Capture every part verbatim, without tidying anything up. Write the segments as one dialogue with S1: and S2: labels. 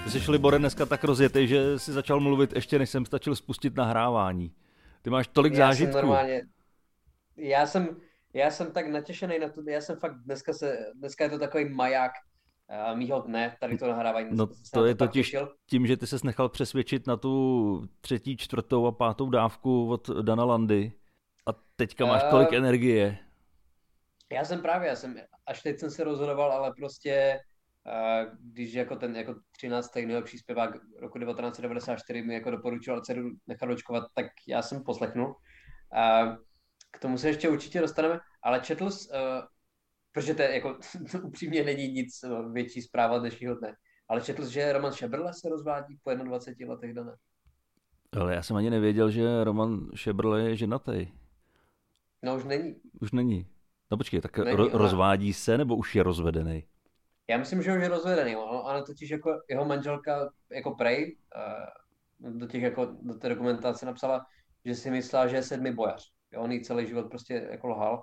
S1: Ty jsi, Libore, dneska tak rozjetej, že si začal mluvit ještě než jsem stačil spustit nahrávání. Ty máš tolik
S2: Já
S1: zážitků.
S2: jsem normálně, já jsem, já jsem tak natěšený na to, já jsem fakt dneska se, dneska je to takový maják uh, mýho dne, tady to nahrávání.
S1: No
S2: Dneska jsem se
S1: to
S2: na
S1: je
S2: to tak
S1: totiž
S2: těšil.
S1: tím, že ty ses nechal přesvědčit na tu třetí, čtvrtou a pátou dávku od Dana Landy a teďka máš
S2: Uh,
S1: tolik energie.
S2: Já jsem právě, já jsem, až teď jsem se rozhodoval, ale prostě, uh, když jako ten jako třináctý nejlepší zpěvák roku devatenáct set devadesát čtyři mi jako doporučil, ať se jdu nechat očkovat, tak já jsem poslechnul. Uh, k tomu se ještě určitě dostaneme, ale četl jsi, uh, protože to je jako upřímně není nic větší zpráva dnešního dne, ale četl jsi, že Roman Šebrle se rozvádí po dvaceti jednoho letech, Dané?
S1: Ale já jsem ani nevěděl, že Roman Šebrle je ženatý.
S2: No už není.
S1: Už není. No počkej, tak
S2: Není,
S1: ro-
S2: ona.
S1: rozvádí se, nebo už je rozvedený?
S2: Já myslím, že už je rozvedený. Ona totiž jako jeho manželka jako prej uh, do, těch jako, do té dokumentace napsala, že si myslela, že je sedmi bojař. Jo, on jí celý život prostě jako lhal.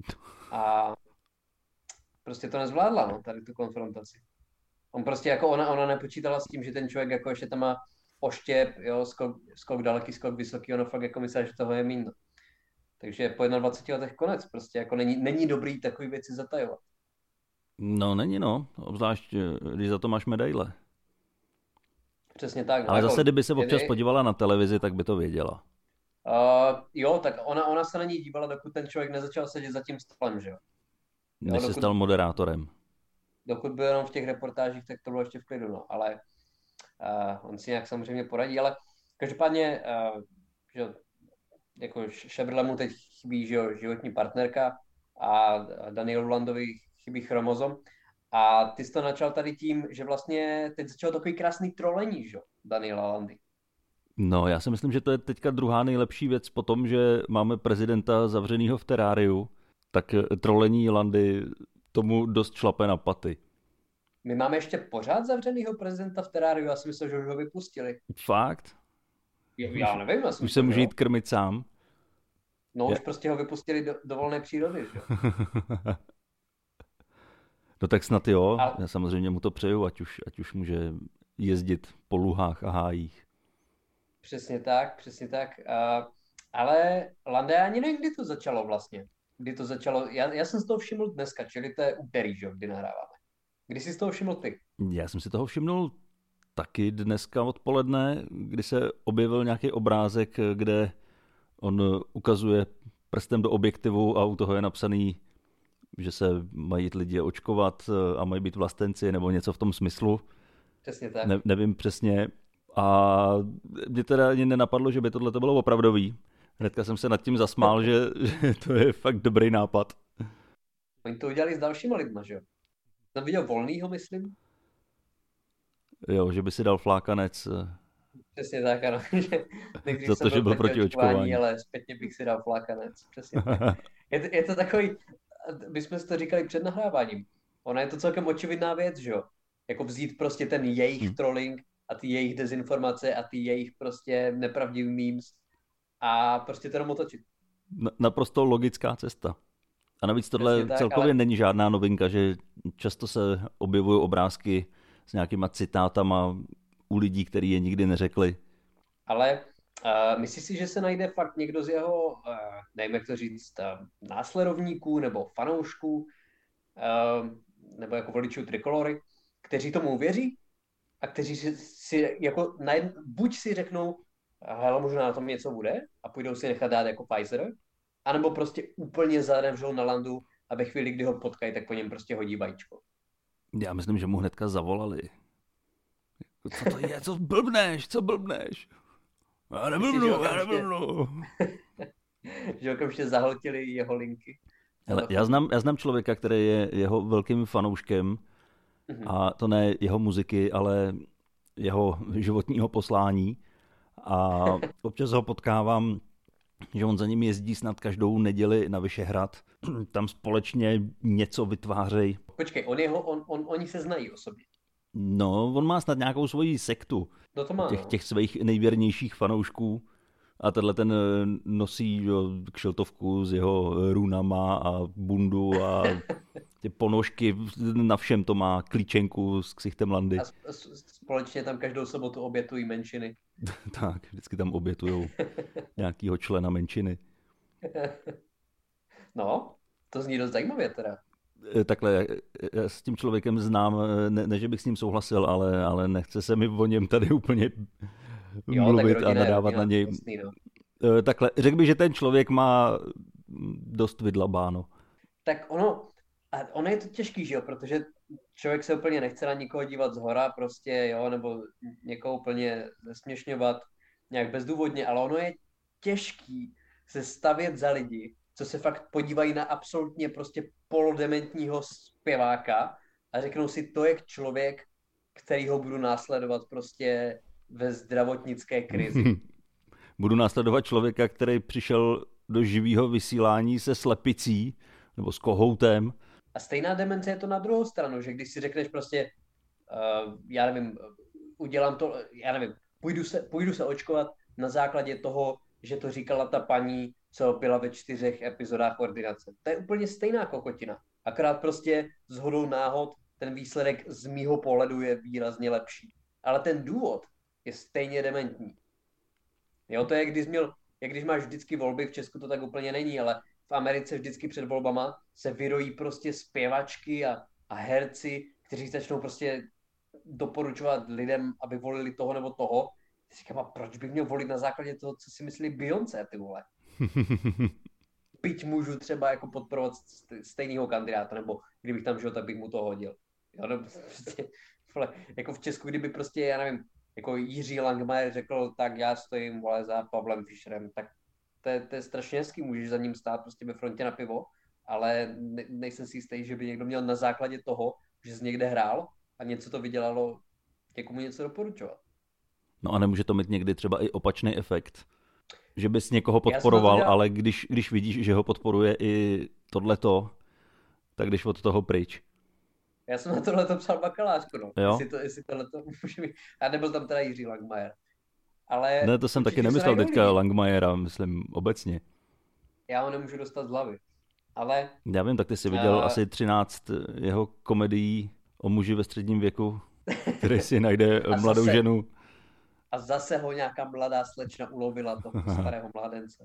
S2: A prostě to nezvládla, no, tady tu konfrontaci. On prostě jako ona, ona nepočítala s tím, že ten člověk jako ještě tam má oštěp, jo, skok, skok daleký, skok vysoký, ona fakt jako myslela, že toho je míň. No. Takže po dvaceti jednoho letech konec, prostě jako není, není dobrý takový věci zatajovat.
S1: No není no, obzvlášť když za to máš medaile.
S2: Přesně tak. No,
S1: Ale
S2: jako,
S1: zase, kdyby se občas
S2: je,
S1: podívala na televizi, tak by to věděla.
S2: Uh, jo, tak ona, ona se na ní dívala, dokud ten člověk nezačal sedět za tím stolem, že jo?
S1: Než
S2: Jo,
S1: se
S2: dokud,
S1: stal moderátorem.
S2: Dokud byl jenom v těch reportážích, tak to bylo ještě v klidu, no. Ale uh, on si nějak samozřejmě poradí, ale každopádně, uh, že jako Šebrle mu teď chybí, že jo, životní partnerka a Danielu Landovi chybí chromozom. A ty jsi to načal tady tím, že vlastně teď začal takový krásný trolení, že jo, Daniela Landy.
S1: No, já si myslím, že to je teďka druhá nejlepší věc po tom, že máme prezidenta zavřenýho v teráriu, tak trolení Landy tomu dost šlape na paty.
S2: My máme ještě pořád zavřenýho prezidenta v teráriu, já si myslím, že už ho vypustili.
S1: Fakt?
S2: Já nevím, já jsem
S1: Už se může jít krmit sám.
S2: No je... už prostě ho vypustili do, do volné přírody, že jo?
S1: No tak snad jo,
S2: A...
S1: já samozřejmě mu to přeju, ať už, ať už může jezdit po luhách a hájích.
S2: Přesně tak, přesně tak. Uh, ale Landa, já ani nevím, kdy to začalo vlastně. Kdy to začalo, já, já jsem z toho všiml dneska, čili to je úterý, že jo, kdy nahráváme. Kdy jsi z toho všiml ty?
S1: Já jsem si toho všimnul taky dneska odpoledne, kdy se objevil nějaký obrázek, kde on ukazuje prstem do objektivu a u toho je napsaný, že se mají lidi očkovat a mají být vlastenci nebo něco v tom smyslu.
S2: Přesně tak.
S1: Ne, nevím přesně. A mě teda ani nenapadlo, že by tohle bylo opravdový. Hnedka jsem se nad tím zasmál, že, že to je fakt dobrý nápad.
S2: Oni to udělali s dalšíma lidma, že jo? Jsem viděl Volnýho, myslím.
S1: Jo, že by si dal flákanec.
S2: Přesně tak, ano.
S1: Za to, že byl proti očkování.
S2: Ale zpětně bych si dal flákanec. Přesně tak. Je to, je to takový, my jsme si to říkali před nahráváním. Ona je to celkem očividná věc, že jo? Jako vzít prostě ten jejich hmm. trolling a ty jejich dezinformace a ty jejich prostě nepravdivý memes a prostě to jenom otočit.
S1: Naprosto logická cesta. A navíc tohle tak, celkově ale... není žádná novinka, že často se objevují obrázky s nějakýma citátama u lidí, kteří je nikdy neřekli.
S2: Ale uh, myslíš si, že se najde fakt někdo z jeho, uh, nevím jak to říct, uh, následovníků nebo fanoušků, uh, nebo jako voličů Trikolory, kteří tomu uvěří a kteří si, si jako najed, buď si řeknou, hele, možná na tom něco bude a půjdou si nechat dát jako Pfizer, anebo prostě úplně zadevřou na Landu a ve chvíli, kdy ho potkají, tak po něm prostě hodí vajíčko.
S1: Já myslím, že mu hnedka zavolali. Co to je? Co blbneš? Co blbneš? Já neblbnu, já neblbnu.
S2: Že okamžitě zahltili jeho linky.
S1: Hele, já, znám, já znám člověka, který je jeho velkým fanouškem mm-hmm. a to ne jeho muziky, ale jeho životního poslání. A občas ho potkávám, že on za ním jezdí snad každou neděli na Vyšehrad. Tam společně něco vytvářejí.
S2: Počkej, on jeho, on, on, oni se znají osobně.
S1: No, on má snad nějakou svoji sektu
S2: no to má,
S1: těch,
S2: no.
S1: těch svých nejvěrnějších fanoušků A tenhle ten nosí jo, kšeltovku s jeho runama a bundu a ty ponožky, na všem to má klíčenku s ksichtem Landy.
S2: A společně tam každou sobotu obětují menšiny.
S1: Tak, vždycky tam obětujou nějakýho člena menšiny.
S2: No, to zní dost zajímavě teda.
S1: Takhle, já s tím člověkem znám, ne, ne že bych s ním souhlasil, ale, ale nechce se mi o něm tady úplně jo, mluvit rodina, a nadávat rodina, na něj. Jasný, no. Takhle, řekl bych, že ten člověk má dost vydlabáno.
S2: Tak ono, a ono je to těžký, že jo, protože člověk se úplně nechce na nikoho dívat zhora prostě, jo, nebo někoho úplně zesměšňovat nějak bezdůvodně, ale ono je těžký se stavět za lidi, co se fakt podívají na absolutně prostě polodementního zpěváka a řeknou si, to je člověk, který ho budu následovat prostě ve zdravotnické krizi.
S1: Budu následovat člověka, který přišel do živého vysílání se slepicí nebo s kohoutem.
S2: A stejná demence je to na druhou stranu, že když si řekneš prostě, uh, já nevím, udělám to, já nevím, půjdu se, půjdu se očkovat na základě toho, že to říkala ta paní, co byla ve čtyřech epizodách ordinace. To je úplně stejná kokotina. Akorát prostě shodou náhod ten výsledek z mýho pohledu je výrazně lepší. Ale ten důvod je stejně dementní. Jo, to je, když, měl, jak když máš vždycky volby, v Česku to tak úplně není, ale v Americe vždycky před volbama se vyrojí prostě zpěvačky a, a herci, kteří začnou prostě doporučovat lidem, aby volili toho nebo toho. Říkám, a proč bych měl volit na základě toho, co si myslí Beyoncé, ty vole? Byť můžu třeba jako podporovat stejného kandidáta, nebo kdybych tam žil, tak bych mu to hodil. Jo, no, prostě, jako v Česku, kdyby prostě, já nevím, jako Jiří Langmajer řekl, tak já stojím, vole, za Pavlem Fischerem, tak to je, to je strašně hezký, můžeš za ním stát prostě ve frontě na pivo, ale ne, nejsem si jistý, že by někdo měl na základě toho, že jsi někde hrál a něco to vydělalo, někomu něco doporučovat.
S1: No a nemůže to mít někdy třeba i opačný efekt? Že bys někoho podporoval, dělal... ale když, když vidíš, že ho podporuje i tohleto, tak jdeš od toho pryč.
S2: Já jsem na tohleto psal bakalářku, no. Jestli, to, jestli tohleto může být... A nebyl tam teda Jiří Langmajer. Ale...
S1: Ne, to jsem taky nemyslel teďka lidi. Langmajera, myslím obecně.
S2: Já ho nemůžu dostat z hlavy. Ale...
S1: Já vím, tak ty jsi viděl uh... asi třináct jeho komedií o muži ve středním věku, který si najde mladou zase... ženu.
S2: A zase ho nějaká mladá slečna ulovila, toho starého mládence.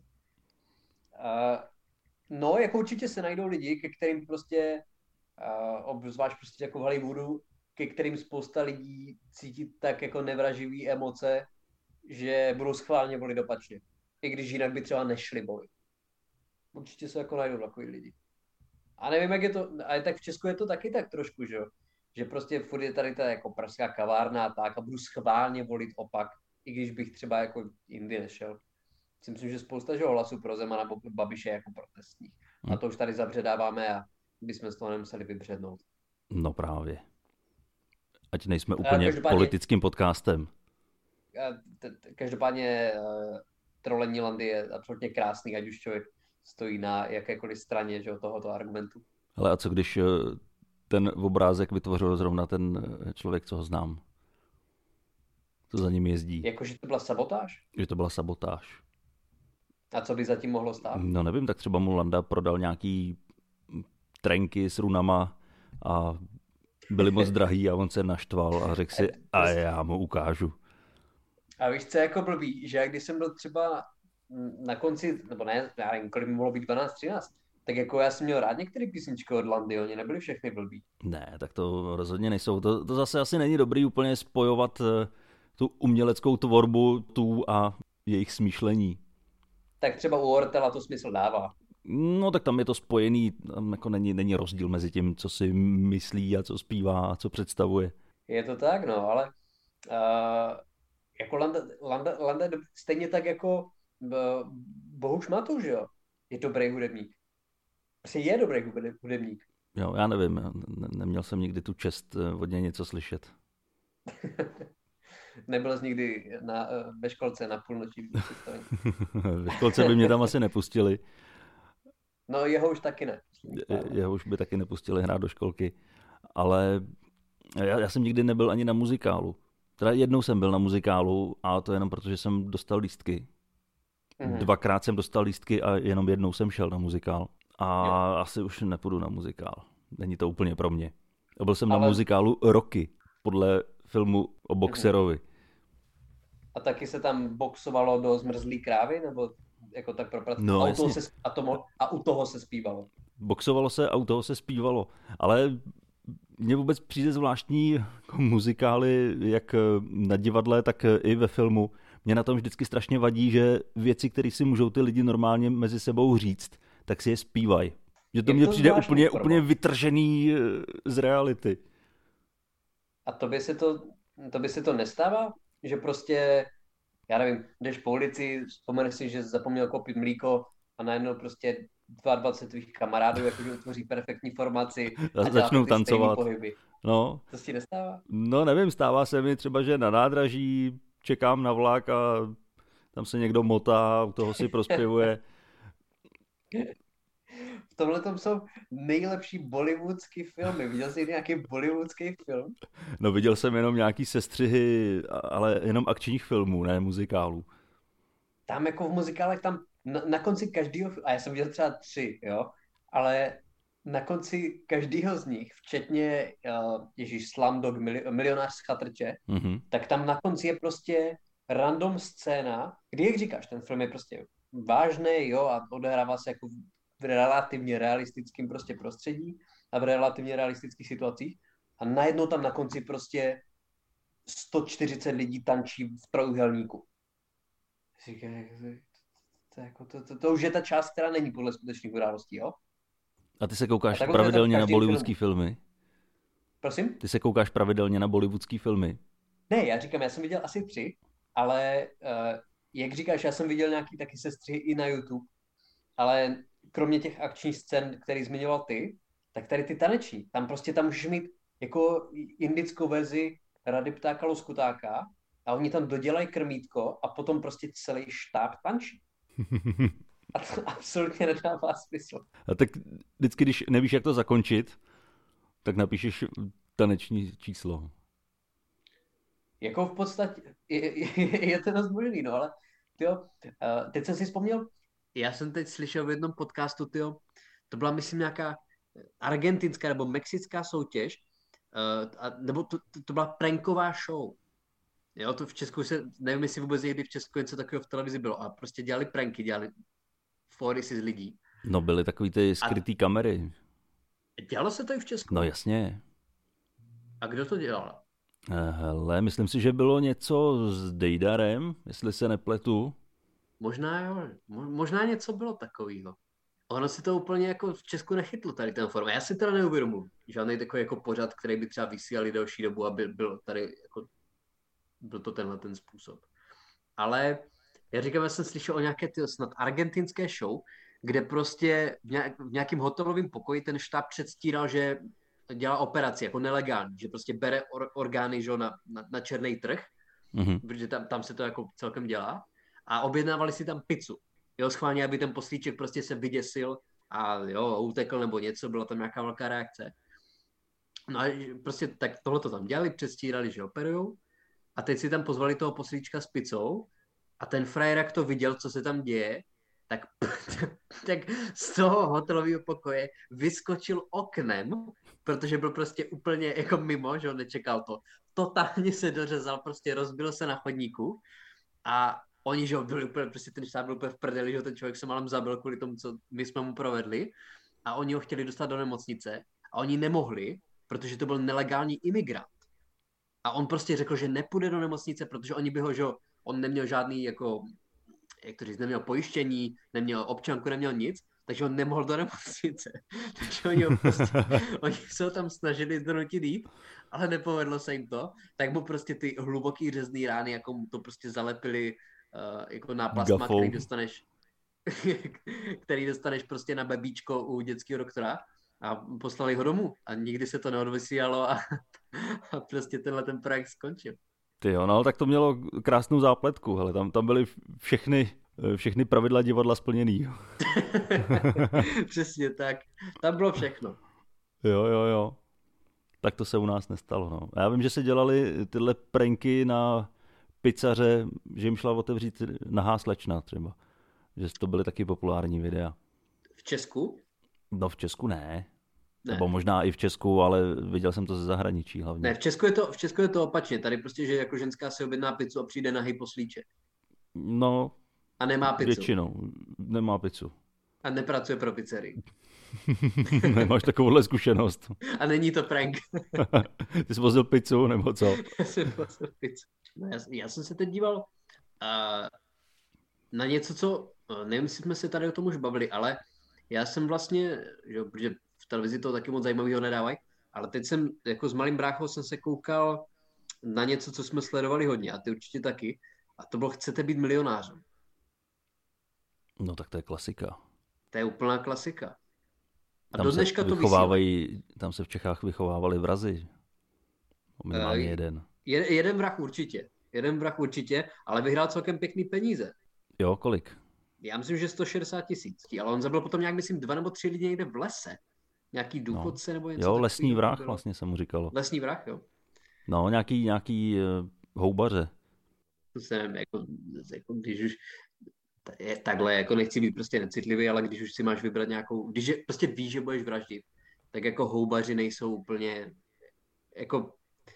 S2: Uh, no, jako určitě se najdou lidi, ke kterým prostě, uh, obzvlášť prostě jako v Hollywoodu, ke kterým spousta lidí cítí tak jako nevraživý emoce, že budou schválně volit opačně. I když jinak by třeba nešli volit. Určitě se jako najdou takový lidi. A nevím, jak je to, ale tak v Česku je to taky tak trošku, že jo? Že prostě furt je tady ta jako pražská kavárna a tak a budu schválně volit opak, i když bych třeba jako jindy nešel. Si myslím, že spousta že hlasů pro Zemana nebo Babiše jako protestních. Hmm. A to už tady zabředáváme a bychom z toho nemuseli vybřednout.
S1: No právě. Ať nejsme úplně politickým podcastem.
S2: Každopádně trolení Landy je absolutně krásný, ať už člověk stojí na jakékoliv straně že, tohoto argumentu.
S1: Ale a co když ten obrázek vytvořil zrovna ten člověk, co ho znám? Co za ním jezdí?
S2: Jakože to byla sabotáž?
S1: Že to byla sabotáž.
S2: A co by zatím mohlo stát?
S1: No nevím, tak třeba mu Landa prodal nějaký trenky s runama a byly moc drahý a on se naštval a řekl si, a já mu ukážu.
S2: A víš, co je jako blbý, že když jsem byl třeba na konci, nebo ne, já nevím, kolik mi mohlo být dvanáct třináct, tak jako já jsem měl rád některé písničky od Landy, oni nebyly všechny blbý.
S1: Ne, tak to rozhodně nejsou. To, to zase asi není dobrý úplně spojovat tu uměleckou tvorbu tu a jejich smýšlení.
S2: Tak třeba u Ortela to smysl dává.
S1: No tak tam je to spojený, tam jako není, není rozdíl mezi tím, co si myslí a co zpívá a co představuje.
S2: Je to tak, no, ale uh, jako Landa, Landa, Landa stejně tak jako uh, Bohuš Matouš, jo, je dobrý hudebník. Prostě je dobrý hudebník.
S1: Jo, já nevím, ne, neměl jsem nikdy tu čest od něj něco slyšet.
S2: Nebyl jsi nikdy na, ve školce na půlnoční představení.
S1: Ve školce by mě tam asi nepustili.
S2: No jeho už taky ne.
S1: Je, jeho už by taky nepustili hrát do školky. Ale já, já jsem nikdy nebyl ani na muzikálu. Teda jednou jsem byl na muzikálu a to jenom proto, že jsem dostal lístky. Mm. Dvakrát jsem dostal lístky a jenom jednou jsem šel na muzikál. A jo. asi už nepůjdu na muzikál. Není to úplně pro mě. Byl jsem Ale... na muzikálu Rocky, podle filmu o boxerovi.
S2: A taky se tam boxovalo do zmrzlý krávy? Nebo jako tak proprat...
S1: No,
S2: a, u toho se, a, to, a u toho se zpívalo?
S1: Boxovalo se a u toho se zpívalo. Ale mně vůbec přijde zvláštní jako muzikály, jak na divadle, tak i ve filmu. Mě na tom vždycky strašně vadí, že věci, které si můžou ty lidi normálně mezi sebou říct, tak si je zpívají. Že to mně přijde úplně, úplně vytržený z reality.
S2: A to by se to, to by se to nestává? Že prostě, já nevím, jdeš po ulici, vzpomeneš si, že zapomněl koupit mlíko a najednou prostě dvacet dva tvých kamarádů jakože utvoří perfektní formaci a, a
S1: začnou tancovat.
S2: Pohyby.
S1: No.
S2: To si nestává?
S1: No nevím, stává se mi třeba, že na nádraží čekám na vlak a tam se někdo motá, u toho si prospěvuje.
S2: V tomhle tom jsou nejlepší bollywoodský filmy. Viděl jsi nějaký bollywoodský film?
S1: No viděl jsem jenom nějaký sestřihy, ale jenom akčních filmů, ne muzikálů.
S2: Tam jako v muzikálech, tam na, na konci každého, a já jsem viděl třeba tři, jo, ale na konci každého z nich, včetně uh, Ježíš Slumdog, mili, milionář z chatrče, mm-hmm. tak tam na konci je prostě random scéna, kdy, jak říkáš, ten film je prostě vážný, jo, a odehrává se jako v relativně realistickém prostě prostředí a v relativně realistických situacích a najednou tam na konci prostě sto čtyřicet lidí tančí v trojúhelníku. To, to, to, to, to už je ta část, která není podle skutečných událostí, jo?
S1: A ty se koukáš pravidelně na bollywoodský filmy?
S2: Prosím?
S1: Ty se koukáš pravidelně na bollywoodský filmy?
S2: Ne, já říkám, já jsem viděl asi tři, ale uh, jak říkáš, já jsem viděl nějaký taky sestřihy i na YouTube, ale kromě těch akčních scén, který zmiňoval ty, tak tady ty taneční. Tam prostě tam můžeš mít jako indickou verzi Rady ptáka loskutáka a oni tam dodělají krmítko a potom prostě celý štáb tančí. A to absolutně nedává smysl.
S1: A tak vždycky, když nevíš, jak to zakončit, tak napíšeš taneční číslo.
S2: Jako v podstatě je, je, je to dost možný, no, ale tyjo, teď jsem si vzpomněl, já jsem teď slyšel v jednom podcastu, tyjo, to byla, myslím, nějaká argentinská nebo mexická soutěž, a, nebo to, to, to byla pranková show. Jo, to v Česku se, nevím, jestli vůbec někdy v Česku něco takového v televizi bylo, a prostě dělali pranky, dělali forisy z lidí.
S1: No, byly takový ty skrytý a kamery.
S2: Dělalo se to i v Česku?
S1: No jasně.
S2: A kdo to dělal?
S1: Hele, myslím si, že bylo něco s Dejdarem, jestli se nepletu.
S2: Možná jo, možná něco bylo takového. Ono si to úplně jako v Česku nechytlo tady ten form. Já si teda neuvědomuji žádný takový jako pořad, který by třeba vysílali delší dobu, aby byl tady jako, byl to tenhle ten způsob. Ale já říkám, já jsem slyšel o nějaké ty snad argentinské show, kde prostě v, nějak, v nějakém hotelovém pokoji ten štáb předstíral, že dělá operaci jako nelegální, že prostě bere or, orgány že, na, na, na černý trh, mm-hmm. protože tam, tam se to jako celkem dělá, a objednávali si tam pizzu. Jo, schválně, aby ten poslíček prostě se vyděsil a jo, utekl nebo něco, byla tam nějaká velká reakce. No a prostě tak tohle to tam dělali, předstírali, že operujou, a teď si tam pozvali toho poslíčka s pizzou a ten frajer, jak to viděl, co se tam děje, tak, tak z toho hotelového pokoje vyskočil oknem, protože byl prostě úplně jako mimo, že on nečekal to. Totálně se dořezal, prostě rozbil se na chodníku a oni, že byli úplně, prostě ten štáb byl úplně v prdeli, že ten člověk se malem zabil kvůli tomu, co my jsme mu provedli, a oni ho chtěli dostat do nemocnice a oni nemohli, protože to byl nelegální imigrant. A on prostě řekl, že nepůjde do nemocnice, protože oni by ho, že on neměl žádný, jako, jak to říct, neměl pojištění, neměl občanku, neměl nic, takže on nemohl do nemocnice. Takže oni, ho prostě, oni se ho tam snažili donutit jít, ale nepovedlo se jim to, tak mu prostě ty hluboký řezný rány, jako mu to prostě zalepili uh, jako náplastma, který dostaneš, který dostaneš prostě na bebíčko u dětského doktora, a poslali ho domů a nikdy se to neodvysílalo a, a prostě tenhle ten projekt skončil.
S1: Ty jo, no tak to mělo krásnou zápletku, hele, tam, tam byly všechny, všechny pravidla divadla splněný.
S2: Přesně tak, tam bylo všechno.
S1: Jo, jo, jo. Tak to se u nás nestalo, no. Já vím, že se dělali tyhle pranky na pizzaře, že jim šla otevřít nahá slečna třeba. že to byly taky populární videa.
S2: V Česku?
S1: No v Česku ne. ne. Nebo možná i v Česku, ale viděl jsem to ze zahraničí hlavně.
S2: Ne, v Česku je to, v Česku je to opačně. Tady prostě, že jako ženská si objedná pizzu a přijde nahý poslíček.
S1: No.
S2: A nemá pizzu.
S1: Většinou. Nemá pizzu.
S2: A nepracuje pro pizzerii.
S1: Nemáš takovouhle zkušenost.
S2: A není to prank.
S1: Ty jsi vozil pizzu, nebo co?
S2: Já jsem vozil pizzu. No, já, já jsem se teď díval uh, na něco, co, nevím, jestli jsme se tady o tom už bavili, ale já jsem vlastně, že, protože v televizi to taky moc zajímavého nedávají, ale teď jsem, jako s malým bráchou jsem se koukal na něco, co jsme sledovali hodně, a ty určitě taky, a to bylo Chcete být milionářem.
S1: No tak to je klasika.
S2: To je úplná klasika. A
S1: tam
S2: do dneška
S1: se
S2: to
S1: vychovávají, tam se v Čechách vychovávali vrazi. Minimálně
S2: uh,
S1: jeden.
S2: Je, jeden vrah určitě. Jeden vrah určitě, ale vyhrál celkem pěkný peníze.
S1: Jo, kolik?
S2: Já myslím, že sto šedesát tisíc. Ale on zabil potom nějak, myslím, dva nebo tři lidi někde v lese. Nějaký důchodce
S1: no.
S2: nebo něco.
S1: Jo, lesní vrah bylo. Vlastně se mu říkalo.
S2: Lesní vrah, jo.
S1: No, nějaký, nějaký uh, houbaře.
S2: To se nevím, jako, jako když už je takhle, jako nechci být prostě necitlivý, ale když už si máš vybrat nějakou, když je, prostě víš, že budeš vraždit, tak jako houbaři nejsou úplně, jako,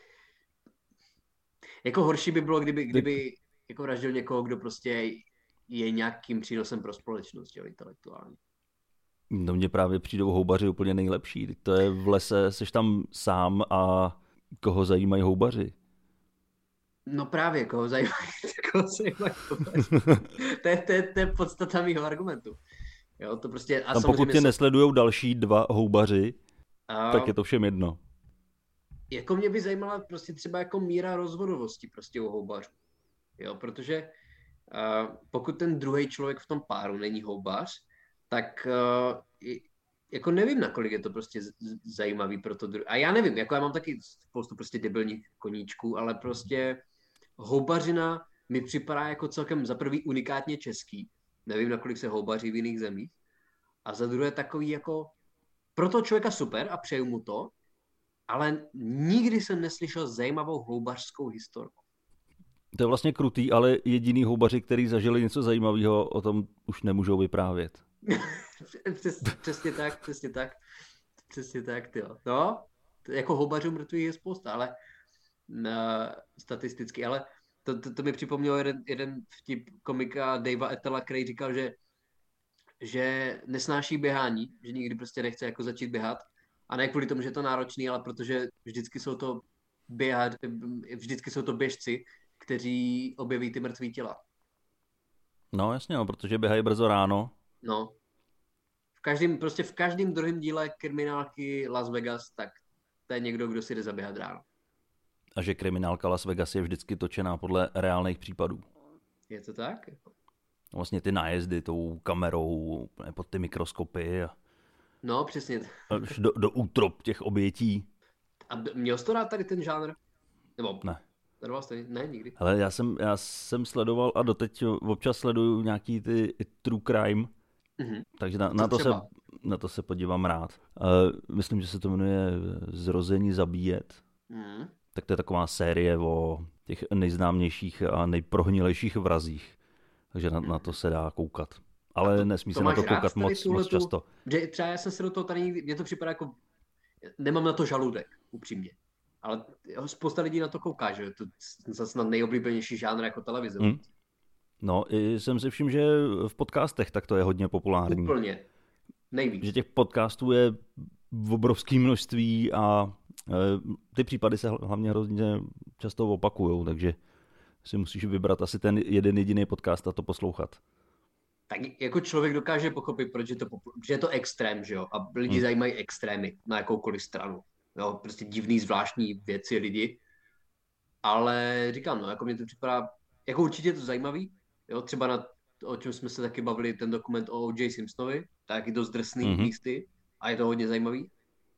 S2: jako horší by bylo, kdyby, kdyby jako vraždil někoho, kdo prostě je nějakým přínosem pro společnost, jo, intelektuálně.
S1: No mně právě přijdou houbaři úplně nejlepší. To je v lese, seš tam sám a koho zajímají houbaři?
S2: No právě, koho zajímají, koho zajímají houbaři. to, je, to, je, to je podstata mýho argumentu. Jo, to prostě, a
S1: tam pokud tě jsou... nesledujou další dva houbaři, a... tak je to všem jedno.
S2: Jako mě by zajímala prostě třeba jako míra rozvodovosti prostě u houbařů. Jo, protože uh, pokud ten druhý člověk v tom páru není houbař, tak uh, jako nevím, nakolik je to prostě zajímavý pro to druhé. A já nevím, jako já mám taky spoustu prostě debilních koníčků, ale prostě houbařina mi připadá jako celkem za prvý unikátně český. Nevím, nakolik se houbaří v jiných zemích. A za druhé takový jako pro toho člověka super a přeju mu to, ale nikdy jsem neslyšel zajímavou houbařskou historku.
S1: To je vlastně krutý, ale jediný houbaři, který zažili něco zajímavého, o tom už nemůžou vyprávět.
S2: Přes, přesně tak, přesně tak. Přesně tak, tyjo. No, jako houbařů mrtvých je spousta, ale uh, statisticky, ale to, to, to mi připomnělo jeden, jeden vtip komika Davea Attella, který říkal, že, že nesnáší běhání, že nikdy prostě nechce jako začít běhat. A ne kvůli tomu, že je to náročný, ale protože vždycky jsou to běhat, vždycky jsou to běžci, kteří objeví ty mrtvý těla.
S1: No jasně, no, protože běhají brzo ráno.
S2: No. V každém, prostě v každém druhém díle kriminálky Las Vegas, tak to je někdo, kdo si jde zaběhat ráno.
S1: A že kriminálka Las Vegas je vždycky točená podle reálných případů.
S2: Je to tak?
S1: Vlastně ty nájezdy tou kamerou pod ty mikroskopy a
S2: no, přesně.
S1: Až do, do útrop těch obětí.
S2: A měl jsi to rád tady ten žánr? Nebo
S1: ne.
S2: Sledoval jsi to? Ne, nikdy.
S1: Hele, já jsem, já jsem sledoval a doteď občas sleduju nějaký ty true crime, mm-hmm. takže na, na, to se, na to se podívám rád. Uh, myslím, že se to jmenuje Zrození zabíjet. Mm. Tak to je taková série o těch nejznámějších a nejprohnilejších vrazích. Takže na, na to se dá koukat. Ale to, nesmí se na to koukat moc, moc často.
S2: Že třeba já jsem se do toho tady nikdy, mně to připadá jako, nemám na to žaludek, upřímně. Ale spousta lidí na to kouká, že to je zase na nejoblíbenější žánr jako televize. Hmm.
S1: No, jsem si všiml, že v podcastech tak to je hodně populární.
S2: Úplně. Nejvíc.
S1: Že těch podcastů je v obrovské množství a ty případy se hlavně hrozně často opakujou, takže si musíš vybrat asi ten jeden jediný podcast a to poslouchat.
S2: Tak jako člověk dokáže pochopit, proč je to, protože je to extrém, že jo? A lidi hmm. zajímají extrémy na jakoukoliv stranu. Jo? Prostě divný, zvláštní věci lidi. Ale říkám, no, jako mě to připadá, jako určitě je to zajímavý. Jo? Třeba na, o čem jsme se taky bavili, ten dokument o O J Simpsonovi, tak je dost drsný hmm. místy a je to hodně zajímavý.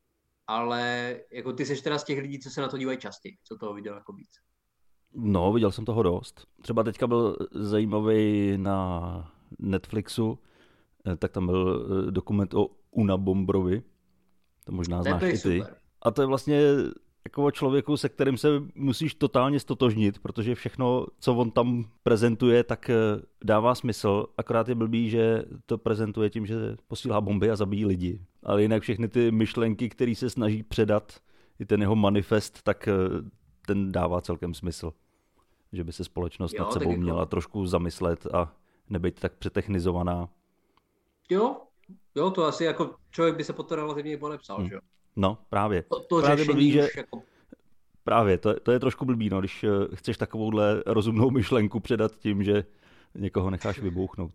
S2: Ale jako ty seš teda z těch lidí, co se na to dívají častěji, co toho viděl jako víc.
S1: No, viděl jsem toho dost. Třeba teďka byl zajímavý na Netflixu, tak tam byl dokument o Unabombrovi. To možná znáš i ty. Super. A to je vlastně jako o člověku, se kterým se musíš totálně stotožnit, protože všechno, co on tam prezentuje, tak dává smysl. Akorát je blbý, že to prezentuje tím, že posílá bomby a zabíjí lidi. Ale jinak všechny ty myšlenky, které se snaží předat, i ten jeho manifest, tak ten dává celkem smysl. Že by se společnost jo, nad sebou jako... měla trošku zamyslet a nebejt tak přetechnizovaná.
S2: Jo, jo, to asi jako člověk by se pod to relativně podepsal, hmm. že jo?
S1: No, právě.
S2: To, to
S1: právě
S2: řešení
S1: blbý, že...
S2: už jako...
S1: Právě, to, to je trošku blbý, no, když chceš takovouhle rozumnou myšlenku předat tím, že někoho necháš vybouchnout.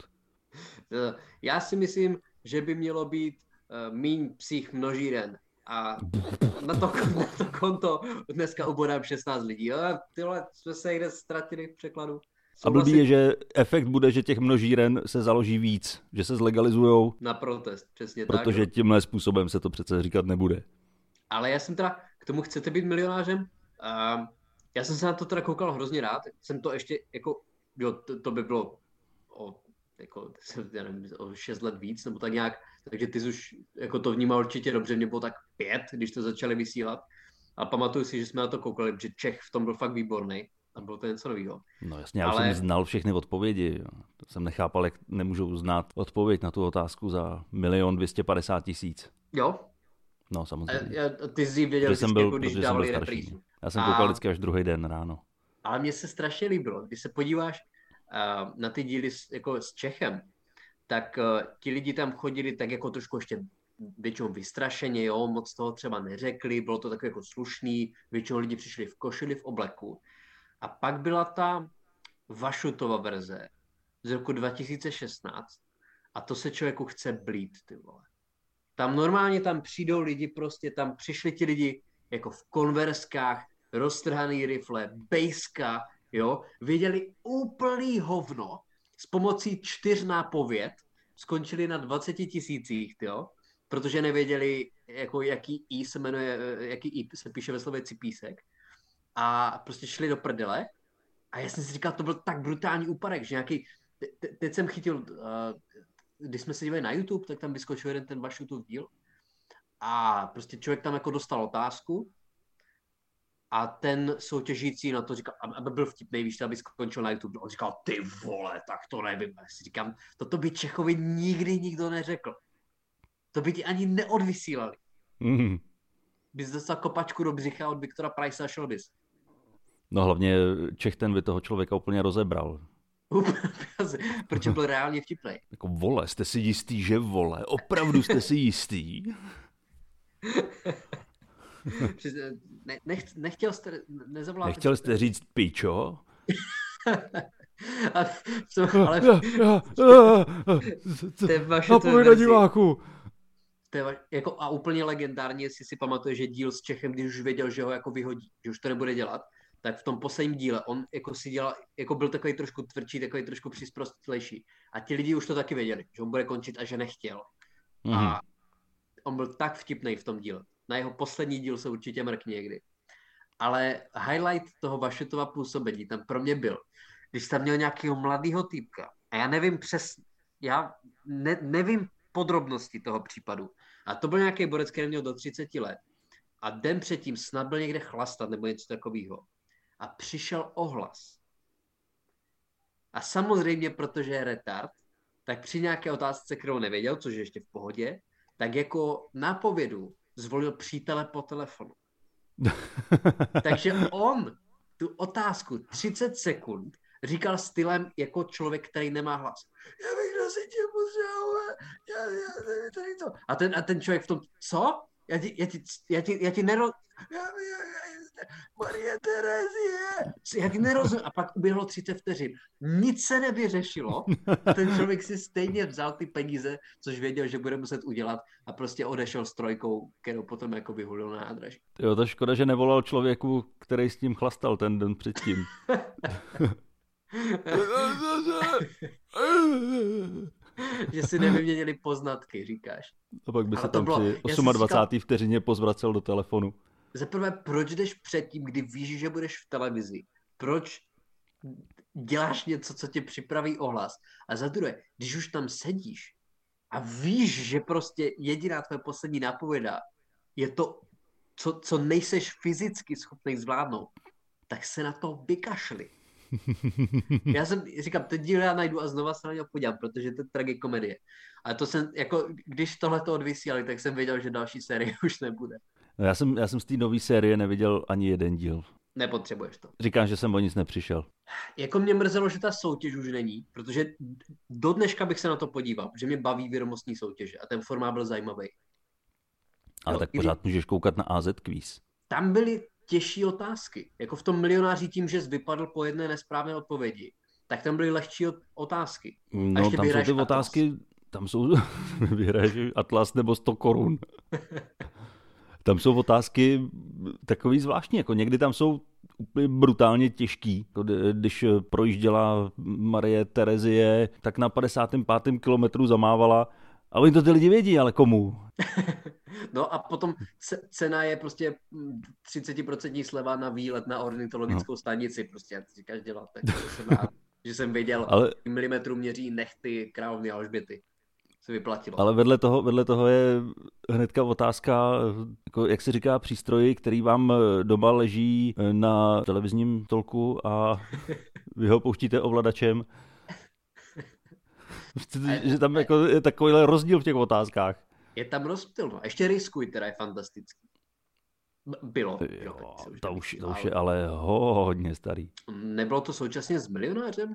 S2: Já si myslím, že by mělo být uh, míň psích množíren. A na to, na to konto dneska ubodám šestnáct lidí. Jo? Tyhle jsme se někde ztratili v překladu.
S1: A blbý je, že efekt bude, že těch množíren se založí víc, že se zlegalizujou.
S2: Na protest, přesně
S1: protože tak. Protože tímhle způsobem se to přece říkat nebude.
S2: Ale já jsem teda, k tomu chcete být milionářem? Uh, já jsem se na to teda koukal hrozně rád. Jsem to ještě, jako, jo, to, to by bylo o, jako, já nevím, o šest let víc, nebo tak nějak. Takže ty jsi už jako to vnímal určitě dobře, mě bylo tak pět, když to začali vysílat. A pamatuju si, že jsme na to koukali, že Čech v tom byl fakt výborný. A bylo to něco nového.
S1: No jasně, já Ale... jsem znal všechny odpovědi. To jsem nechápal, jak nemůžou znát odpověď na tu otázku za milion dvěstě padesát tisíc.
S2: Jo?
S1: No samozřejmě.
S2: A, a ty jsi věděl,
S1: jsem byl,
S2: jako, když dávali reprízu.
S1: Já jsem a... koukal vždycky až druhý den ráno.
S2: Ale mně se strašně líbilo. Když se podíváš uh, na ty díly s, jako s Čechem, tak uh, ti lidi tam chodili tak jako trošku ještě většinou vystrašeně, jo, moc toho třeba neřekli, bylo to takové jako slušný, většinou lidi přišli v košili, v obleku. A pak byla ta Vašutova verze z roku dva tisíce šestnáct a to se člověku chce blít, ty vole. Tam normálně tam přijdou lidi, prostě tam přišli ti lidi jako v konverskách, roztrhaný rifle, bejska, jo, věděli úplný hovno, s pomocí čtyř nápověd skončili na dvaceti tisících, jo, protože nevěděli, jako jaký I se jmenuje, jaký I se píše ve slově cipísek. A prostě šli do prdele. A já jsem si říkal, to byl tak brutální úpadek, že nějaký... Te, teď jsem chytil, uh, když jsme se dívali na YouTube, tak tam vyskočil jeden ten Vašutův díl. A prostě člověk tam jako dostal otázku a ten soutěžící na to říkal, aby byl vtipnej, víš, aby skončil na YouTube. On říkal, ty vole, tak to nevím. Já si říkám, toto by Čechovi nikdy nikdo neřekl. To by ti ani neodvysílali.
S1: Mm.
S2: Bys dostal kopačku do břicha od Viktora Price a šel bys.
S1: No hlavně Čech ten by toho člověka úplně rozebral.
S2: Protože byl reálně vtipnej.
S1: Jako vole, jste si jistý, že vole? Opravdu jste si jistý?
S2: ne, nech, nechtěl jste, nezavoláte...
S1: Nechtěl jste říct pičo?
S2: a, ale...
S1: Napověď na diváku!
S2: Jako, a úplně legendárně, jestli si pamatuje, že díl s Čechem, když už věděl, že ho jako vyhodí, že už to nebude dělat, tak v tom posledním díle on jako si dělal, jako byl takový trošku tvrdší, takový trošku přisprostlejší. A ti lidi už to taky věděli, že on bude končit a že nechtěl. Mm-hmm. A on byl tak vtipnej v tom díle. Na jeho poslední díl se určitě mrkni někdy. Ale highlight toho Vašutova působení tam pro mě byl, když tam měl nějakého mladého týpka. A já nevím přesně, já ne, nevím podrobnosti toho případu. A to byl nějaký borec, který měl do třiceti let. A den předtím snad byl někde chlastat nebo něco takového. A přišel ohlas. A samozřejmě, protože je retard, tak při nějaké otázce, kterou nevěděl, což je ještě v pohodě, tak jako nápovědu zvolil přítele po telefonu. Takže on tu otázku třicet sekund říkal stylem jako člověk, který nemá hlas. Já bych kdo si tě potřeboval, já, já nevím tady to. A ten, a ten člověk v tom, co? Já ti, já ti, já ti, já ti nero... Já, já, já, Marie Terezie! Já ti nerozumím. A pak uběhlo třicet vteřin. Nic se nevyřešilo. A ten člověk si stejně vzal ty peníze, což věděl, že bude muset udělat a prostě odešel s trojkou, kterou potom jako vyhulil na nádraží.
S1: Jo, to škoda, že nevolal člověku, který s tím chlastal ten den předtím.
S2: Že si nevyměnili poznatky, říkáš.
S1: A pak by se tam bylo, při dvacáté osmé vteřině pozvracel do telefonu.
S2: Zaprvé, proč jdeš předtím, kdy víš, že budeš v televizi? Proč děláš něco, co tě připraví ohlas? A za druhé, když už tam sedíš a víš, že prostě jediná tvoje poslední nápověda je to co, co nejseš fyzicky schopný zvládnout, tak se na to vykašli. Já jsem, říkám, teď díl já najdu a znova se na něj podívám, protože to je tragikomedie. Ale to jsem, jako, když tohle to odvysílali, tak jsem věděl, že další série už nebude.
S1: No já jsem, já jsem z té nové série neviděl ani jeden díl.
S2: Nepotřebuješ to.
S1: Říkám, že jsem o nic nepřišel.
S2: Jako mě mrzelo, že ta soutěž už není, protože do dneška bych se na to podíval, že mě baví vědomostní soutěže a ten formát byl zajímavý.
S1: Ale
S2: no,
S1: tak pořád můžeš koukat na á zet Quiz.
S2: Tam byly těžší otázky. Jako v tom Milionáři tím, že jsi vypadl po jedné nesprávné odpovědi, tak tam byly lehčí otázky.
S1: No tam jsou ty Atlas. Otázky, tam jsou, vyhraješ Atlas nebo sto korun. Tam jsou otázky takový zvláštní, jako někdy tam jsou úplně brutálně těžký. Když projížděla Marie Terezie, tak na padesátém pátém kilometru zamávala. A oni to ty lidi vědí, ale komu?
S2: No a potom cena je prostě třicet procent sleva na výlet na ornitologickou no. stanici. Prostě jak říkáš dělat, tak jsem rád, že jsem věděl, ale... milimetru měří nechty královny Alžběty. Se vyplatilo.
S1: Ale vedle toho, vedle toho je hnedka otázka, jako jak se říká, přístroji, který vám doma leží na televizním stolku a vy ho pouštíte ovladačem. Že tam jako je takovýhle rozdíl v těch otázkách.
S2: Je tam rozdíl. No. Ještě Riskuj, teda je fantastický. Bylo.
S1: Jo, jo, už to, už, to už je ale hodně starý.
S2: Nebylo to současně s Milionářem?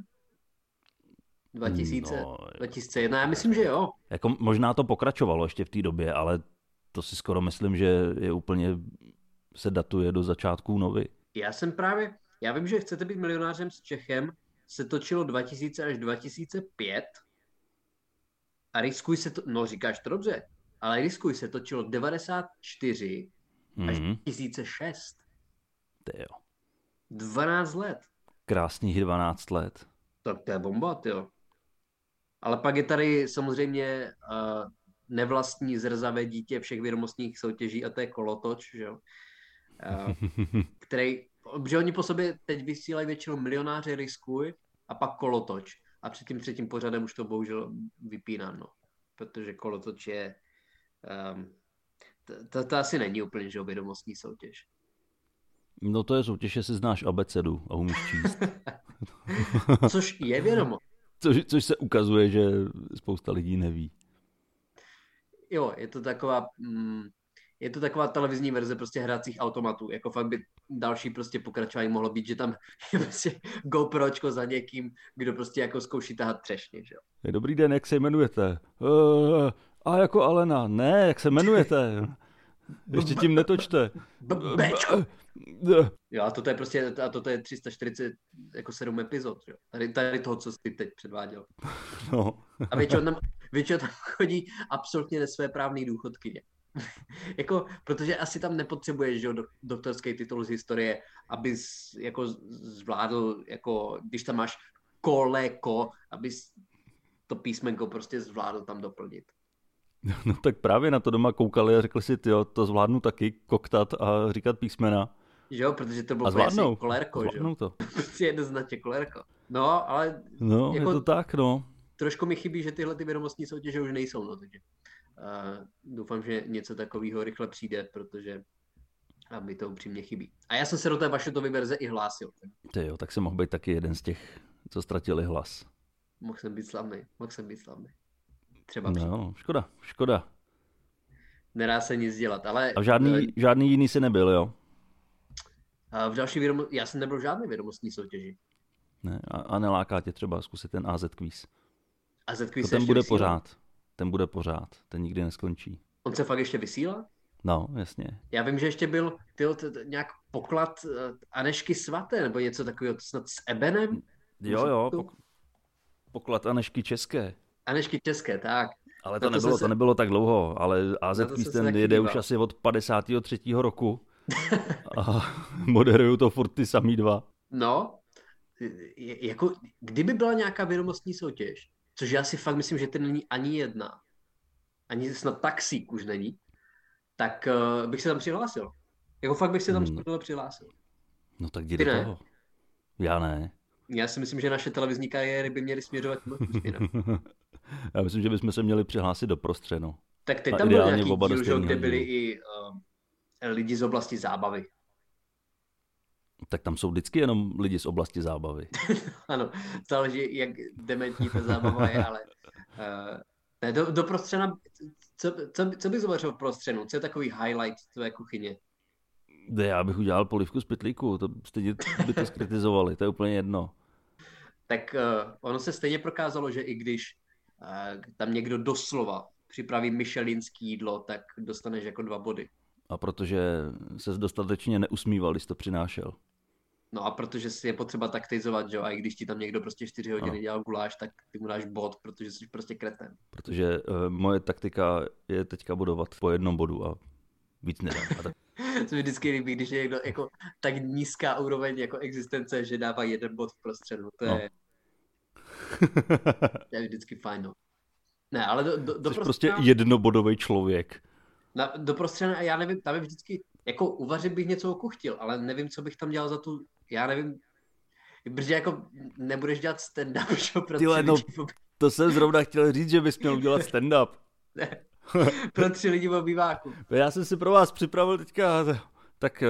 S2: dva tisíce, no, dva tisíce jedna, já myslím, že jo.
S1: Jako možná to pokračovalo ještě v té době, ale to si skoro myslím, že je úplně se datuje do začátků novy.
S2: Já jsem právě, já vím, že Chcete být milionářem s Čechem se točilo dva tisíce až dva tisíce pět a Riskuj se to, no říkáš to dobře, ale Riskuj se točilo devadesát čtyři mm-hmm. až dva tisíce šest.
S1: To jo.
S2: dvanáct let.
S1: Krásných dvanáct let.
S2: Tak to je bomba, tyjo. Ale pak je tady samozřejmě uh, nevlastní zrzavé dítě všech vědomostních soutěží a to je Kolotoč, že jo? Uh, který, že oni po sobě teď vysílají většinou Milionáře, Riskuj a pak Kolotoč. A před tím třetím pořadem už to bohužel vypínáno, protože Kolotoč je um, to, to, to asi není úplně, že jo, vědomostní soutěž.
S1: No to je soutěž, jestli znáš abecedu a umíš číst.
S2: Což je vědomost.
S1: Což, což se ukazuje, že spousta lidí neví.
S2: Jo, je to taková, mm, je to taková televizní verze prostě hracích automatů. Jako fakt by další prostě pokračování mohlo být, že tam je prostě GoPročko za někým, kdo prostě jako zkouší tahat třešně, že jo.
S1: Dobrý den, jak se jmenujete? Uh, a jako Alena. Ne, jak se jmenujete? Ještě tím netočte.
S2: Bčko. Jo, a toto je prostě, a toto je tři sta čtyřicet sedm epizod, jo. Tady, tady toho, co jsi teď předváděl.
S1: No.
S2: A většinou tam, většinou tam chodí absolutně nesvéprávný důchodkyně. Jako, protože asi tam nepotřebuješ, že jo, do, doktorský titul z historie, abys jako zvládl, jako, když tam máš koleko, abys to písmenko prostě zvládl tam doplnit.
S1: No tak právě na to doma koukali a řekli si, tyjo, to zvládnu taky koktat a říkat písmena.
S2: Že jo, protože to bylo vlastně kolérko, že jo.
S1: to.
S2: Prostě jednoznačně kolérko. No, ale...
S1: No, jako, je to tak, no.
S2: Trošku mi chybí, že tyhle ty vědomostní soutěže už nejsou, no, takže uh, doufám, že něco takového rychle přijde, protože a mi to upřímně chybí. A já jsem se do té Vašetovy verze i hlásil.
S1: Ty jo, tak jsem mohl být taky jeden z těch, co ztratili hlas.
S2: Mohl jsem být slavný, mohl jsem být slavný. Třeba
S1: no,
S2: přijde.
S1: škoda, škoda.
S2: Nedá se nic dělat, ale...
S1: A žádný, ale... žádný jiný si nebyl, jo?
S2: A v další vědomo... Já jsem nebyl v žádné vědomostní soutěži.
S1: Ne, a, a neláká tě třeba zkusit ten á zet Quiz.
S2: á zet Quiz
S1: to ten bude vysílá? pořád. Ten bude pořád. Ten nikdy neskončí.
S2: On se fakt ještě vysílá?
S1: No, jasně.
S2: Já vím, že ještě byl tyjo, t- t- nějak poklad uh, Anežky svaté, nebo něco takového, snad s Ebenem?
S1: Jo, jo, pok- poklad Anežky české.
S2: Anežky české, tak.
S1: Ale to, to, nebylo, se... to nebylo tak dlouho, ale á zet Quiz ten jede díval. Už asi od padesátého třetího roku. A moderují to furt ty samý dva.
S2: No, jako kdyby byla nějaká vědomostní soutěž, což já si fakt myslím, že to není ani jedna, ani snad taxík už není, tak uh, bych se tam přihlásil. Jako fakt bych se tam hmm. přihlásil.
S1: No tak jdi do toho. Já ne.
S2: Já si myslím, že naše televizní kariéry by měly směřovat k
S1: Já myslím, že bychom se měli přihlásit do prostřed, no.
S2: Tak teď tam byl nějaký díl, že, kde byli i uh, lidi z oblasti zábavy.
S1: Tak tam jsou vždycky jenom lidi z oblasti zábavy.
S2: Ano, záleží, jak dementní ta zábava je, ale uh, ne, do, do prostřena, co, co, co bys uvařil v prostřenu? Co je takový highlight tvé kuchyně?
S1: Ne, já bych udělal polívku z pytlíku, to stejně by to skritizovali, to je úplně jedno.
S2: Tak uh, ono se stejně prokázalo, že i když uh, tam někdo doslova připraví michelinský jídlo, tak dostaneš jako dva body.
S1: A protože ses dostatečně neusmíval, když to přinášel.
S2: No a protože si je potřeba taktizovat, že jo, a i když ti tam někdo prostě čtyři hodiny ano. dělal guláš, tak ty mu dáš bod, protože jsi prostě kreten.
S1: Protože uh, moje taktika je teďka bodovat po jednom bodu a víc nedám. A tak...
S2: Co mi vždycky líbí, když je někdo jako tak nízká úroveň jako existence, že dává jeden bod v prostředu. To je, no. To je vždycky fajn, no. Ne, ale do, do, do
S1: Jsi prostě jednobodový člověk.
S2: Na, do prostředu, já nevím, tam je vždycky, jako uvařit bych něco okuchtil, ale nevím, co bych tam dělal za tu, já nevím, protože jako nebudeš dělat stand-up, že pro tři
S1: Tyhle, no,
S2: lidi.
S1: To jsem zrovna chtěl říct, že bys měl udělat stand-up.
S2: Ne, pro tři lidi v obýváku.
S1: Já jsem si pro vás připravil teďka, tak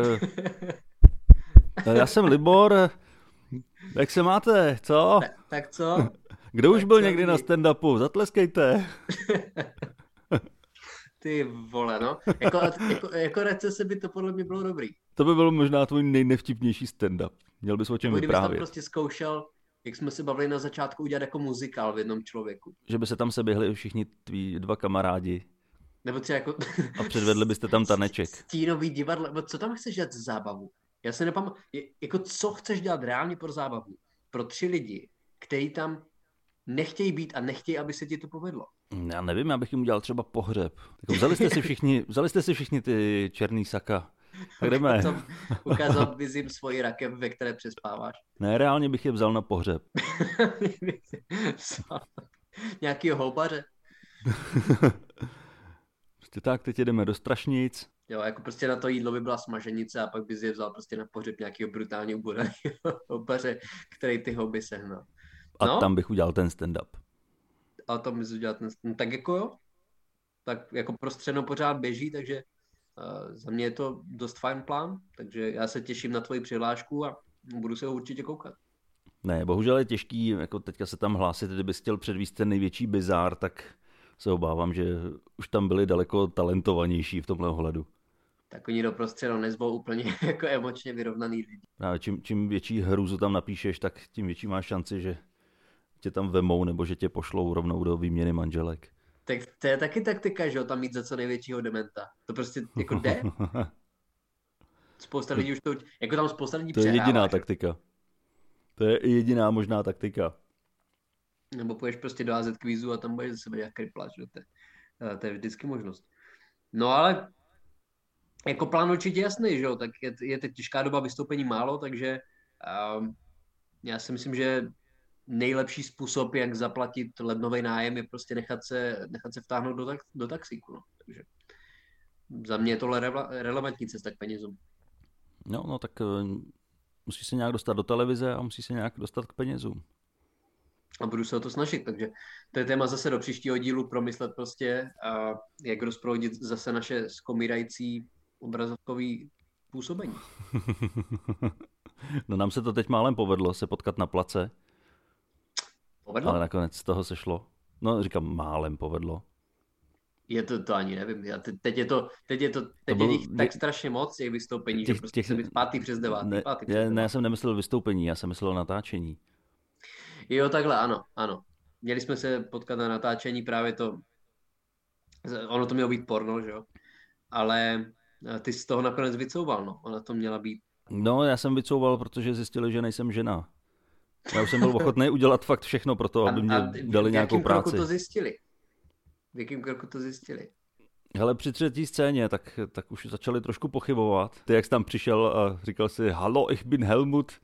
S1: já jsem Libor, jak se máte, co?
S2: Tak, tak co?
S1: Kdo
S2: tak
S1: už byl
S2: co
S1: někdy
S2: lidi?
S1: na stand-upu, zatleskejte.
S2: Ty vole, no. Jako, jako, jako recese by to podle mě bylo dobrý.
S1: To by byl možná tvůj nejnevtipnější stand-up. Měl bys o čem
S2: Kdybys
S1: vyprávět.
S2: tam prostě zkoušel, jak jsme se bavili na začátku, udělat jako muzikál v jednom člověku.
S1: Že by se tam seběhli všichni tví dva kamarádi.
S2: Nebo třeba jako...
S1: A předvedli byste tam taneček.
S2: Stínový divadlo. Co tam chceš dělat za zábavu? Já se nepamatuji. Jako co chceš dělat reálně pro zábavu? Pro tři lidi, kteří tam nechtějí být a nechtějí, aby se ti to povedlo.
S1: Já nevím, já bych jim udělal třeba pohřeb. Tak vzali jste si všichni, vzali jste si všichni ty černý saka. Tak jdeme.
S2: Ukázal bys jim svoji rakev, ve které přespáváš.
S1: Ne, reálně bych je vzal na pohřeb.
S2: Nějakýho houbaře.
S1: Prostě tak, teď jdeme do Strašnic.
S2: Jo, jako prostě na to jídlo by byla smaženice a pak bys je vzal prostě na pohřeb nějakého brutálně ubodaného houbaře, který ty houby sehnal.
S1: No? A tam bych udělal ten stand-up.
S2: A tam bys udělal ten stand-up. Tak jako jo. Tak jako prostředno pořád běží, takže uh, za mě je to dost fajn plán, takže já se těším na tvoji přihlášku a budu se ho určitě koukat.
S1: Ne, bohužel je těžký, jako teďka se tam hlásit, kdybys chtěl předvíst ten největší bizár, tak se obávám, že už tam byli daleko talentovanější v tomhle ohledu.
S2: Tak oni do prostředu nezvou úplně jako emočně vyrovnaný lidi.
S1: Právě čím, čím větší hrůzu tam napíšeš, tak tím větší máš šanci, že tě tam vemou nebo že tě pošlou rovnou do výměny manželek.
S2: Tak to je taky taktika, že jo, tam mít za co největšího dementa. To prostě jako jde. Spousta lidí už to, jako tam spousta lidí přehrává.
S1: To je jediná
S2: že?
S1: taktika. To je jediná možná taktika.
S2: Nebo půjdeš prostě do á zet kvízu a tam budeš za sebe nějak kryplat, že to, je, to je vždycky možnost. No ale jako plán určitě jasný, že jo, tak je, je teď těžká doba, vystoupení málo, takže um, já si myslím, že nejlepší způsob, jak zaplatit lednový nájem, je prostě nechat se, nechat se vtáhnout do, tak, do taxíku, no. Takže za mě je tohle rele, relevantní cesta k penězům.
S1: No, no tak musí se nějak dostat do televize a musí se nějak dostat k penězům.
S2: A budu se o to snažit, takže to je téma zase do příštího dílu promyslet prostě, a jak rozproudit zase naše skomírající obrazovkový působení.
S1: No nám se to teď málem povedlo se potkat na place.
S2: Povedlo?
S1: Ale nakonec z toho se šlo. No říkám, málem povedlo.
S2: Je to, to ani nevím. Já te, teď je to, teď je to, teď to je jich tak strašně moc, těch vystoupení, těch, že prostě těch, se být pátý přes devátý.
S1: Ne,
S2: pátý přes
S1: ne,
S2: devátý.
S1: ne, já jsem nemyslel vystoupení, já jsem myslel natáčení.
S2: Jo, takhle, ano, ano. Měli jsme se potkat na natáčení, právě to, ono to mělo být porno, že jo? Ale ty z toho nakonec vycouval, no. Ona to měla být.
S1: No, já jsem vycouval, protože zjistili, že nejsem žena. Já už jsem byl ochotný udělat fakt všechno pro to, aby mě
S2: a, a
S1: dali nějakou práci.
S2: V jakém kroku to zjistili? V jakém kroku to zjistili?
S1: Hele, při třetí scéně, tak, tak už začali trošku pochybovat. Ty, jak jsi tam přišel a říkal si, hallo, ich bin Helmut.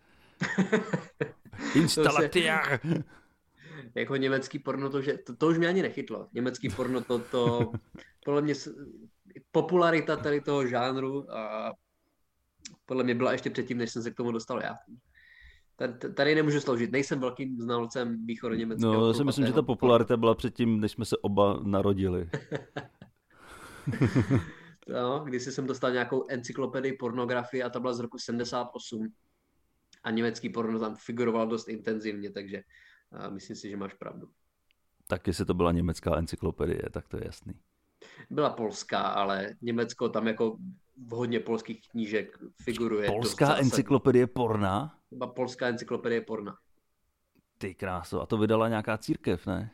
S1: Instalatér.
S2: Jako německý porno, to, že, to, to už mě ani nechytlo. Německý porno, to, to podle mě popularita tady toho žánru a podle mě byla ještě předtím, než jsem se k tomu dostal já. Tady, tady nemůžu sloužit, nejsem velkým znalcem východoněmeckého.
S1: No, já si myslím, že ta popularita byla předtím, než jsme se oba narodili.
S2: No, když jsem dostal nějakou encyklopedii pornografie a ta byla z roku sedmdesát osm a německý porno tam figuroval dost intenzivně, takže uh, myslím si, že máš pravdu.
S1: Tak jestli to byla německá encyklopedie, tak to je jasný.
S2: Byla polská, ale Německo tam jako v hodně polských knížek figuruje.
S1: Polská encyklopedie porna?
S2: Byla polská encyklopedie porna.
S1: Ty kráso, a to vydala nějaká církev, ne?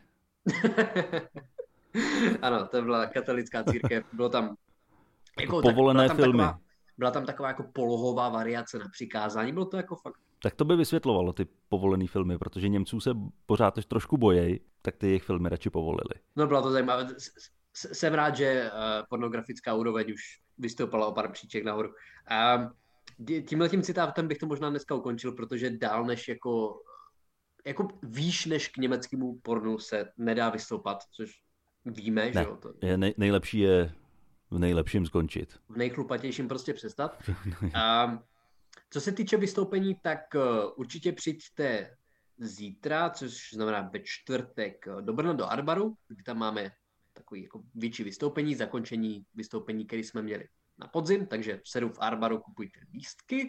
S2: Ano, to byla katolická církev. Bylo tam
S1: jako povolené
S2: tak, byla tam
S1: filmy.
S2: Taková, byla tam taková jako polohová variace na přikázání. Bylo to jako fakt.
S1: Tak to by vysvětlovalo ty povolené filmy, protože Němců se pořád až trošku bojejí, tak ty jejich filmy radši povolili.
S2: No bylo to zajímavé. Jsem rád, že pornografická úroveň už vystoupala o pár příček nahoru. A tímhle tím citátem bych to možná dneska ukončil, protože dál než jako, jako výš než k německému pornu se nedá vystoupat, což víme,
S1: ne,
S2: že jo. To...
S1: Je nej, nejlepší je v nejlepším skončit.
S2: V nejchlupatějším prostě přestat. A co se týče vystoupení, tak určitě přijďte zítra, což znamená ve čtvrtek do Brna, do Arbaru, kdy tam máme takový jako větší vystoupení, zakončení vystoupení, které jsme měli na podzim, takže v sedu v Arbaru kupujte lístky.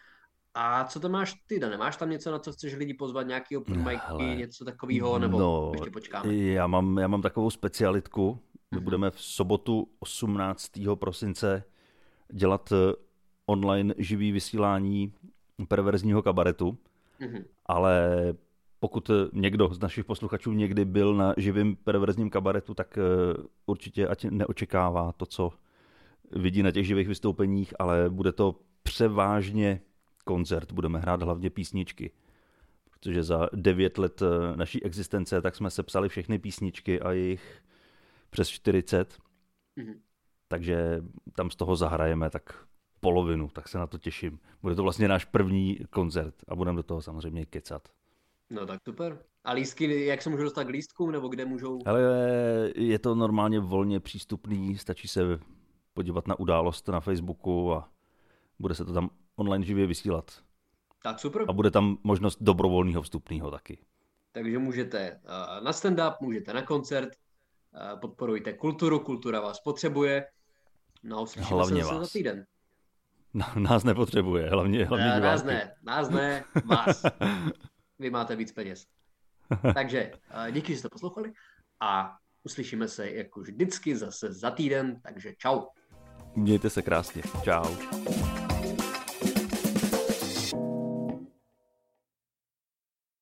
S2: A co tam máš ty, Dane? Máš tam něco, na co chceš lidi pozvat, nějaký open micy, něco takového, nebo
S1: no,
S2: ještě počkáme?
S1: Já mám, já mám takovou specialitku. My mm-hmm. budeme v sobotu osmnáctého prosince dělat online živý vysílání perverzního kabaretu, mm-hmm. ale pokud někdo z našich posluchačů někdy byl na živým perverzním kabaretu, tak určitě ať neočekává to, co vidí na těch živých vystoupeních, ale bude to převážně koncert, budeme hrát hlavně písničky, protože za devět let naší existence tak jsme sepsali všechny písničky a jich přes čtyřicet, mm-hmm. takže tam z toho zahrajeme tak polovinu, tak se na to těším. Bude to vlastně náš první koncert a budeme do toho samozřejmě kecat.
S2: No tak super. A lístky, jak se můžu dostat k lístkům, nebo kde můžou?
S1: Ale je to normálně volně přístupný, stačí se podívat na událost na Facebooku a bude se to tam online živě vysílat.
S2: Tak super.
S1: A bude tam možnost dobrovolného vstupného taky.
S2: Takže můžete na stand-up, můžete na koncert, podporujte kulturu, kultura vás potřebuje. No, uslyšíme se zase za týden.
S1: No, nás nepotřebuje, hlavně, hlavně diváky.
S2: Nás ne, nás ne, vás. Vy máte víc peněz. Takže díky, že jste poslouchali a uslyšíme se jako vždycky zase za týden, takže čau.
S1: Mějte se krásně. Čau.